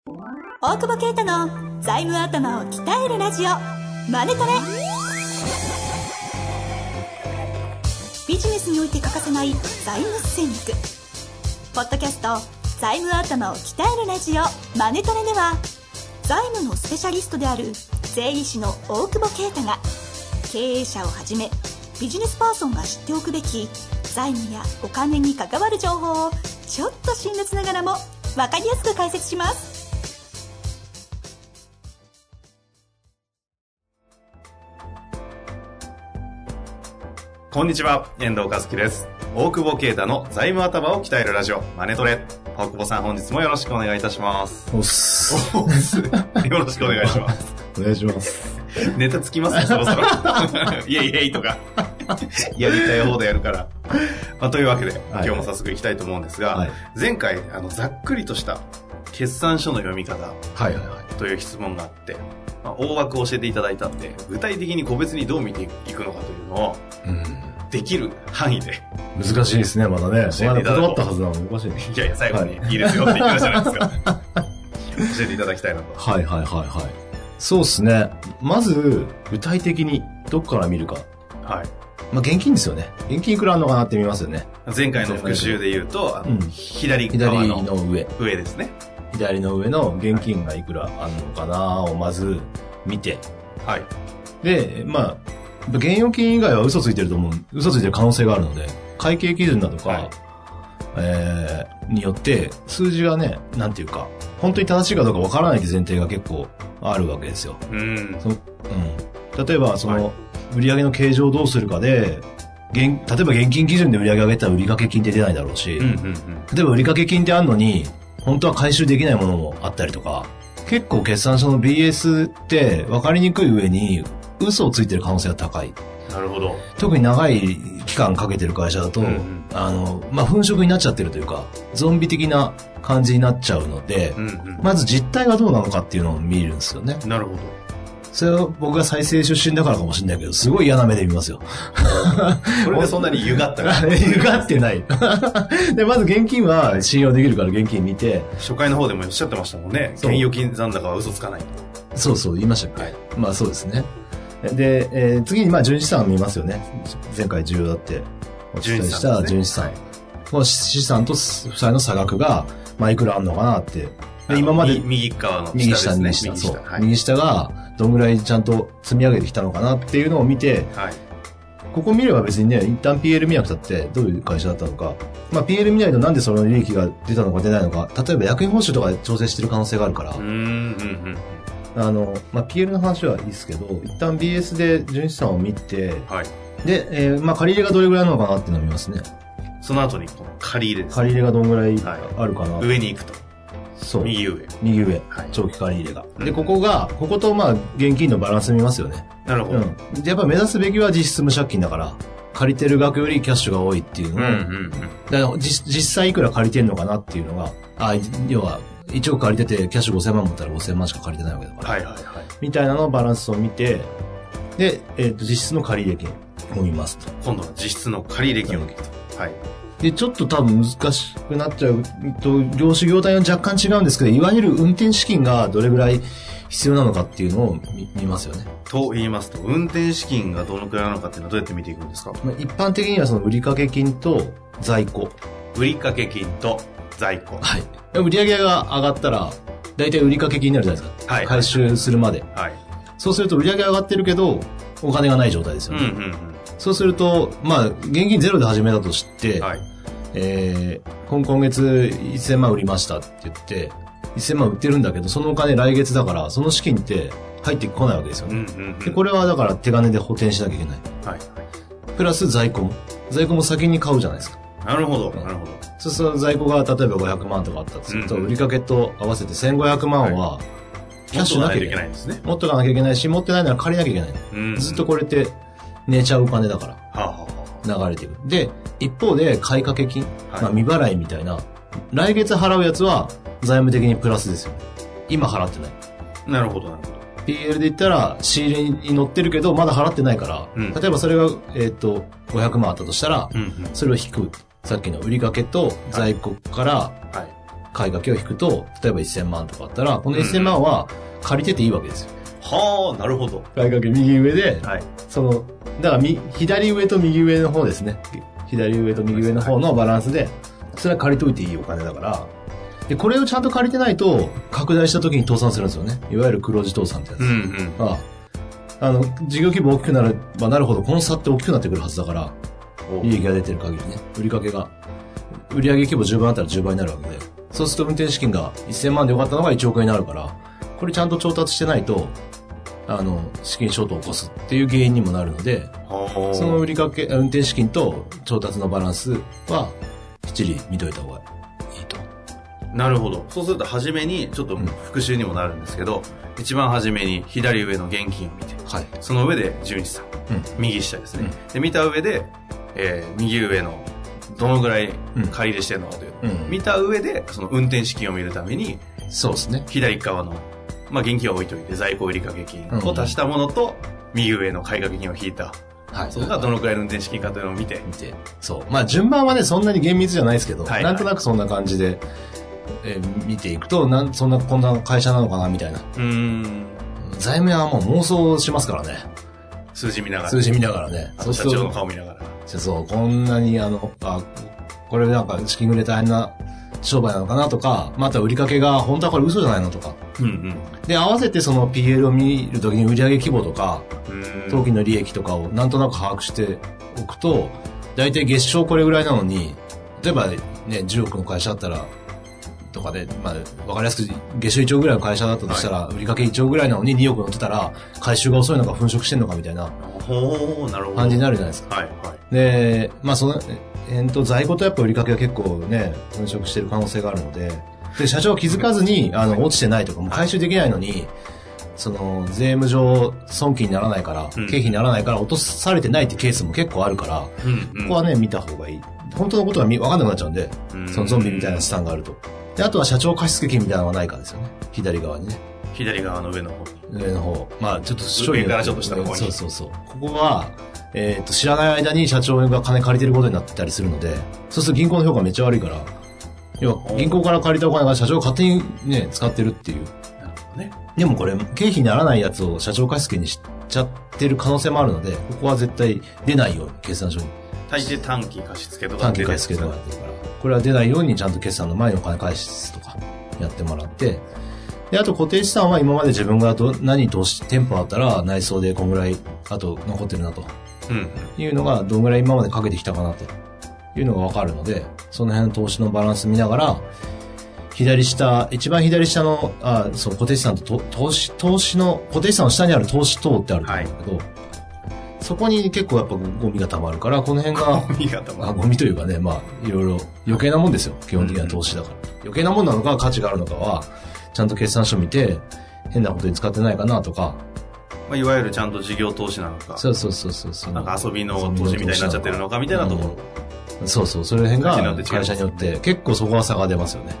大久保啓太の財務頭を鍛えるラジオマネトレ。ビジネスにおいて欠かせない財務戦略。ポッドキャスト財務頭を鍛えるラジオマネトレでは、財務のスペシャリストである税理士の大久保啓太が、経営者をはじめビジネスパーソンが知っておくべき財務やお金に関わる情報をちょっと辛辣ながらも分かりやすく解説します。 こんにちは、遠藤和樹です。大久保啓太の財務頭を鍛えるラジオマネトレ。大久保さん、本日もよろしくお願いいたします。 おっす。 よろしくお願いします。 お願いします。 ネタつきますね、そろそろ。イエイイエイとかやりたい方でやるから、というわけで、今日も早速いきたいと思うんですが、前回ざっくりとした決算書の読み方という質問があって、大枠を教えていただいたんで、具体的に個別にどう見ていくのかというのを、できる範囲で難しいですね、まだね。 教えていただこう。 断ったはずなのにおかしいね。 いやいや、最後にいいですよって言ってたじゃないですか。教えていただきたいなと。 はいはいはいはい。そうですね。まず具体的にどこから見るか。はい。現金ですよね。現金いくらあるのかなって見ますよね。 前回の復習で言うと、左側の上ですね。 左の上の現金がいくらあるのかなをまず見て。はい。で、現預金以外は嘘ついてる可能性があるので、会計基準だとか、によって数字がね、なんていうか、本当に正しいかどうかわからないって前提が結構あるわけですよ。例えば売上の計上をどうするかで、例えば現金基準で売上上げたら売掛金って出ないだろうし、例えば売掛金ってあるのに、本当は回収できないものもあったりとか、結構決算書の BS って分かりにくい上に嘘をついてる可能性が高い。 なるほど。 特に長い期間かけてる会社だと、粉飾になっちゃってるというか、ゾンビ的な感じになっちゃうので、まず実態がどうなのかっていうのを見るんですよね。 なるほど。 それは僕が再生出身だからかもしれないけど、すごい嫌な目で見ますよ。 これでそんなに歪ったら歪ってない。で、まず現金は信用できるから現金見て。 初回の方でもおっしゃってましたもんね。現預金残高は嘘つかない。 そうそう、言いましたっけ。はい、そうですね。で、次に純資産見ますよね。前回重要だってお伝えした純資産。この資産と負債の差額が、いくらあるのかなって。で今まで右側の下ですね。 右下がどんぐらいちゃんと積み上げてきたのかなっていうのを見て、ここ見れば別にね、一旦 PL 見なくたってどういう会社だったのか、PL 見ないとなんでその利益が出たのか出ないのか、例えば役員報酬とかで調整してる可能性があるから、PL の話はいいですけど、一旦 BS で純資産を見て、で、借り入れがどれぐらいなのかなっていうのを見ますね。 その後に借り入れですね。 借り入れがどんぐらいあるかな。 上に行くと。 そう。 右上。 長期借り入れが。で、ここと現金のバランス見ますよね。 なるほど。 で、やっぱ目指すべきは実質無借金だから、借りてる額よりキャッシュが多いっていうのを、だから実際いくら借りてるのかなっていうのが、要は、1億借りててキャッシュ5000万持ったら5000万しか借りてないわけだから。みたいなのバランスを見て、で、実質の借入金を見ますと。 今度は実質の借入金を見ると。はい。 で、ちょっと多分難しくなっちゃうと、業種業態は若干違うんですけど、いわゆる運転資金がどれぐらい必要なのかっていうのを見ますよね。 と言いますと、運転資金がどのくらいなのかっていうのはどうやって見ていくんですか？ 一般的にはその売掛金と在庫。 売掛金と在庫。 はい。売上が上がったら、大体売掛金になるじゃないですか。はい。回収するまで。はい。そうすると売上上がってるけど、お金がない状態ですよね。そうすると、現金ゼロで始めたとして、今月1000万売りましたって言って、1000万売ってるんだけど、そのお金来月だから、その資金って入ってこないわけですよね。で、これはだから手金で補填しなきゃいけない。はい。プラス在庫も先に買うじゃないですか。 なるほど。 そうすると在庫が例えば500万とかあったとすると、売掛と合わせて1500万は、キャッシュなきゃいけないんですね。持っとかなきゃいけないし、持ってないなら借りなきゃいけない。ずっとこれって寝ちゃうお金だから、流れていく。で、一方で買掛金、未払いみたいな、来月払うやつは財務的にプラスですよね。今払ってない。 なるほど。 PL で言ったら仕入れに乗ってるけどまだ払ってないから、例えばそれが500万あったとしたら、それを引く。さっきの売掛と在庫から買掛けを引くと、例えば1000万とかあったら、この1000万は借りてていいわけですよ。 はあ、なるほど。 買掛け右上で、はい、だから左上と右上の方ですね。左上と右上の方のバランスで、それは借りといていいお金だから、で、これをちゃんと借りてないと、拡大した時に倒産するんですよね。いわゆる黒字倒産ってやつ。事業規模大きくなればなるほど、この差って大きくなってくるはずだから、利益が出てる限りね、売上規模10倍あったら10倍になるわけで、そうすると運転資金が1000万でよかったのが1億円になるから、これちゃんと調達してないと、資金ショートを起こすっていう原因にもなるので、その運転資金と調達のバランスは、きっちり見といた方がいいと。 なるほど。そうすると初めに、ちょっと復習にもなるんですけど、一番初めに左上の現金を見て、はい、その上で純資産、右下ですね。で、見た上で、右上のどのぐらい借り入れしてるのかという、見た上で、その運転資金を見るために、 そうですね。 左側の、現金は置いといて、在庫売掛金を足したものと、右上の買掛金を引いた。はい。それがどのくらいの運転資金かというのを見て。 そう。順番はね、そんなに厳密じゃないですけど、なんとなくそんな感じで、見ていくと、こんな会社なのかな、みたいな。財務屋はもう妄想しますからね。 数字見ながらね。 社長の顔見ながら。 そう、こんなにこれなんか資金繰り大変な商売なのかなとか、また売りかけが本当はこれ嘘じゃないのとか。で、合わせてその PL を見るときに売上規模とか、当期の利益とかをなんとなく把握しておくと、大体月賞これぐらいなのに、例えばね、10億の会社だったら、とかで、わかりやすく月収1億ぐらいの会社だったとしたら、売りかけ1億ぐらいなのに2億乗ってたら、回収が遅いのか粉飾してんのかみたいな感じになるじゃないですか。で、在庫とやっぱ売りかけは結構ね、粉飾してる可能性があるので、で、社長は気づかずに、落ちてないとか、もう回収できないのに、税務上損金にならないから、経費にならないから落とされてないってケースも結構あるから、ここはね、見た方がいい。本当のことが分かんなくなっちゃうんで、そのゾンビみたいな資産があると。で、あとは社長貸付金みたいなのがないかですよね。左側にね。 左側の上の方。 ちょっと上からちょっと下の方に。 そう。ここは、知らない間に社長が金借りてることになってたりするので、そうすると銀行の評価めっちゃ悪いから、要は銀行から借りたお金が社長が勝手にね、使ってるっていう。なるほどね。でもこれ、経費にならないやつを社長貸付にしちゃってる可能性もあるので、ここは絶対出ないように、決算書に。 大抵短期貸付とか。 短期貸付とかやってるから。これは出ないようにちゃんと決算の前にお金返すとかやってもらって、で、あと固定資産は今まで自分が何投資、店舗あったら内装でこんぐらい、あと残ってるなと。いうのがどんぐらい今までかけてきたかなというのがわかるので、その辺の投資のバランス見ながら、一番左下の、固定資産と投資の、固定資産の下にある投資等ってあると思うんだけど、そこに結構やっぱゴミが溜まるから、この辺が、ゴミというかね、いろいろ余計なもんですよ。基本的な投資だから。余計なもんなのか価値があるのかは、ちゃんと決算書見て、変なことに使ってないかなとか。 いわゆるちゃんと事業投資なのか。 そう。 なんか遊びの投資みたいになっちゃってるのかみたいなところ。 そう。それ辺が会社によって結構そこは差が出ますよね。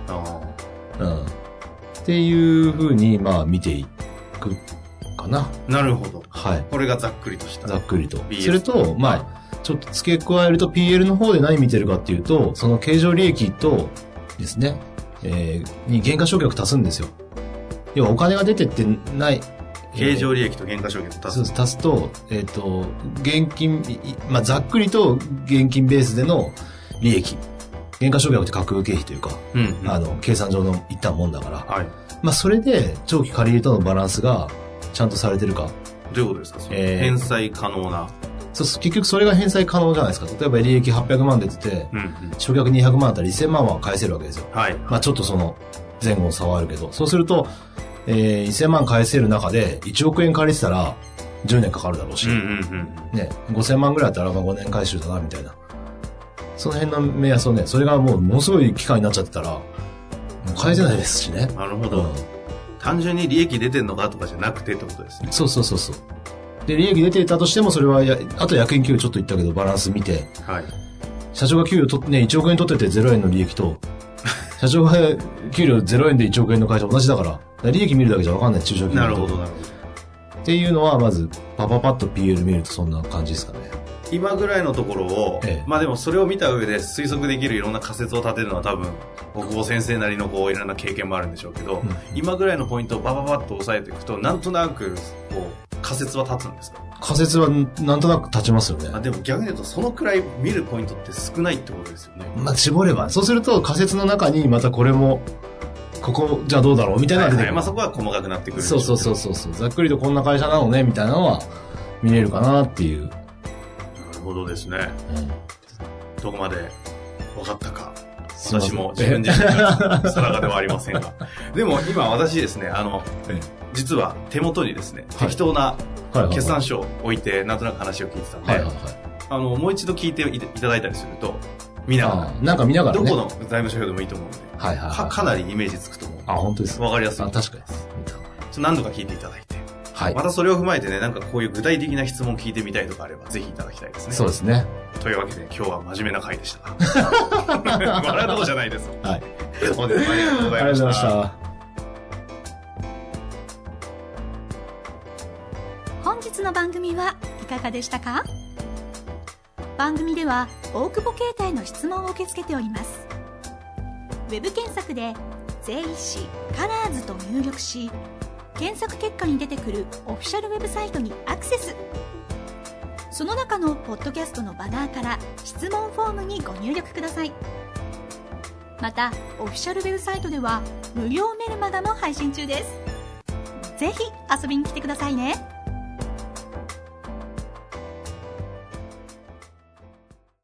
っていう風に、見ていくかな。 なるほど。 はい。 これがざっくりとした。 ざっくりと。それと、ちょっと付け加えると PL の方で何見てるかっていうと、その経常利益とですね、に減価償却足すんですよ。要はお金が出てってない。 経常利益と減価償却足す。 足すと、現金、ざっくりと現金ベースでの利益。減価償却って架空経費というか、計算上の一旦もんだから。はい。それで長期借り入れとのバランスがちゃんとされてるか。 どういうことですか？返済可能な。 そう、結局それが返済可能じゃないですか。例えば利益800万出てて、償却200万あったら1000万は返せるわけですよ。はい。ちょっとその前後の差はあるけど、そうすると、1000万返せる中で1億円借りてたら10年かかるだろうし、ね、5000万ぐらいだったら5年回収だな、みたいな。その辺の目安をね、それがものすごい期間になっちゃってたら、もう返せないですしね。 なるほど。単純に利益出てんのかとかじゃなくてってことですね。 そう。で、利益出てたとしても、それはあと役員給与ちょっと言ったけど、バランス見て、はい。社長が給与ね、1億円取ってて0円の利益と、社長が給料0円で1億円の会社同じだから、利益見るだけじゃ分かんない、中小企業と。 なるほど。 っていうのは、まず、パッと PL 見るとそんな感じですかね。 今ぐらいのところを、まあでもそれを見た上で推測できるいろんな仮説を立てるのは多分、国語先生なりのこういろんな経験もあるんでしょうけど、今ぐらいのポイントをバババッと押さえていくと、なんとなくこう仮説は立つんですか？ 仮説はなんとなく立ちますよね。 でも逆に言うとそのくらい見るポイントって少ないってことですよね。 まあ絞れば。そうすると仮説の中にまたこれも、ここじゃあどうだろうみたいなのが出てくる。 まあそこは細かくなってくる。 そう。ざっくりとこんな会社なのねみたいなのは見れるかなっていう。 なるほどですね。どこまで分かったか。私も自分自身が定かではありませんが。でも今私ですね、実は手元にですね、適当な決算書を置いてなんとなく話を聞いてたんで、もう一度聞いていただいたりすると、見ながら。 なんか見ながらね。 どこの財務諸表でもいいと思うので、かなりイメージつくと思う。 本当ですか。 わかりやすい。 確かにです。 何度か聞いていただいて。またそれを踏まえてね、なんかこういう具体的な質問聞いてみたいとかあれば、ぜひいただきたいですね。 そうですね。 というわけで、今日は真面目な回でした。笑うとこじゃないです。 はい。 本日もありがとうございました。ありがとうございました。 本日の番組はいかがでしたか？番組では大久保携帯の質問を受け付けております。ウェブ検索で税理士カラーズと入力し、検索結果に出てくるオフィシャルウェブサイトにアクセス。その中のポッドキャストのバナーから質問フォームにご入力ください。またオフィシャルウェブサイトでは無料メルマガも配信中です。ぜひ遊びに来てくださいね。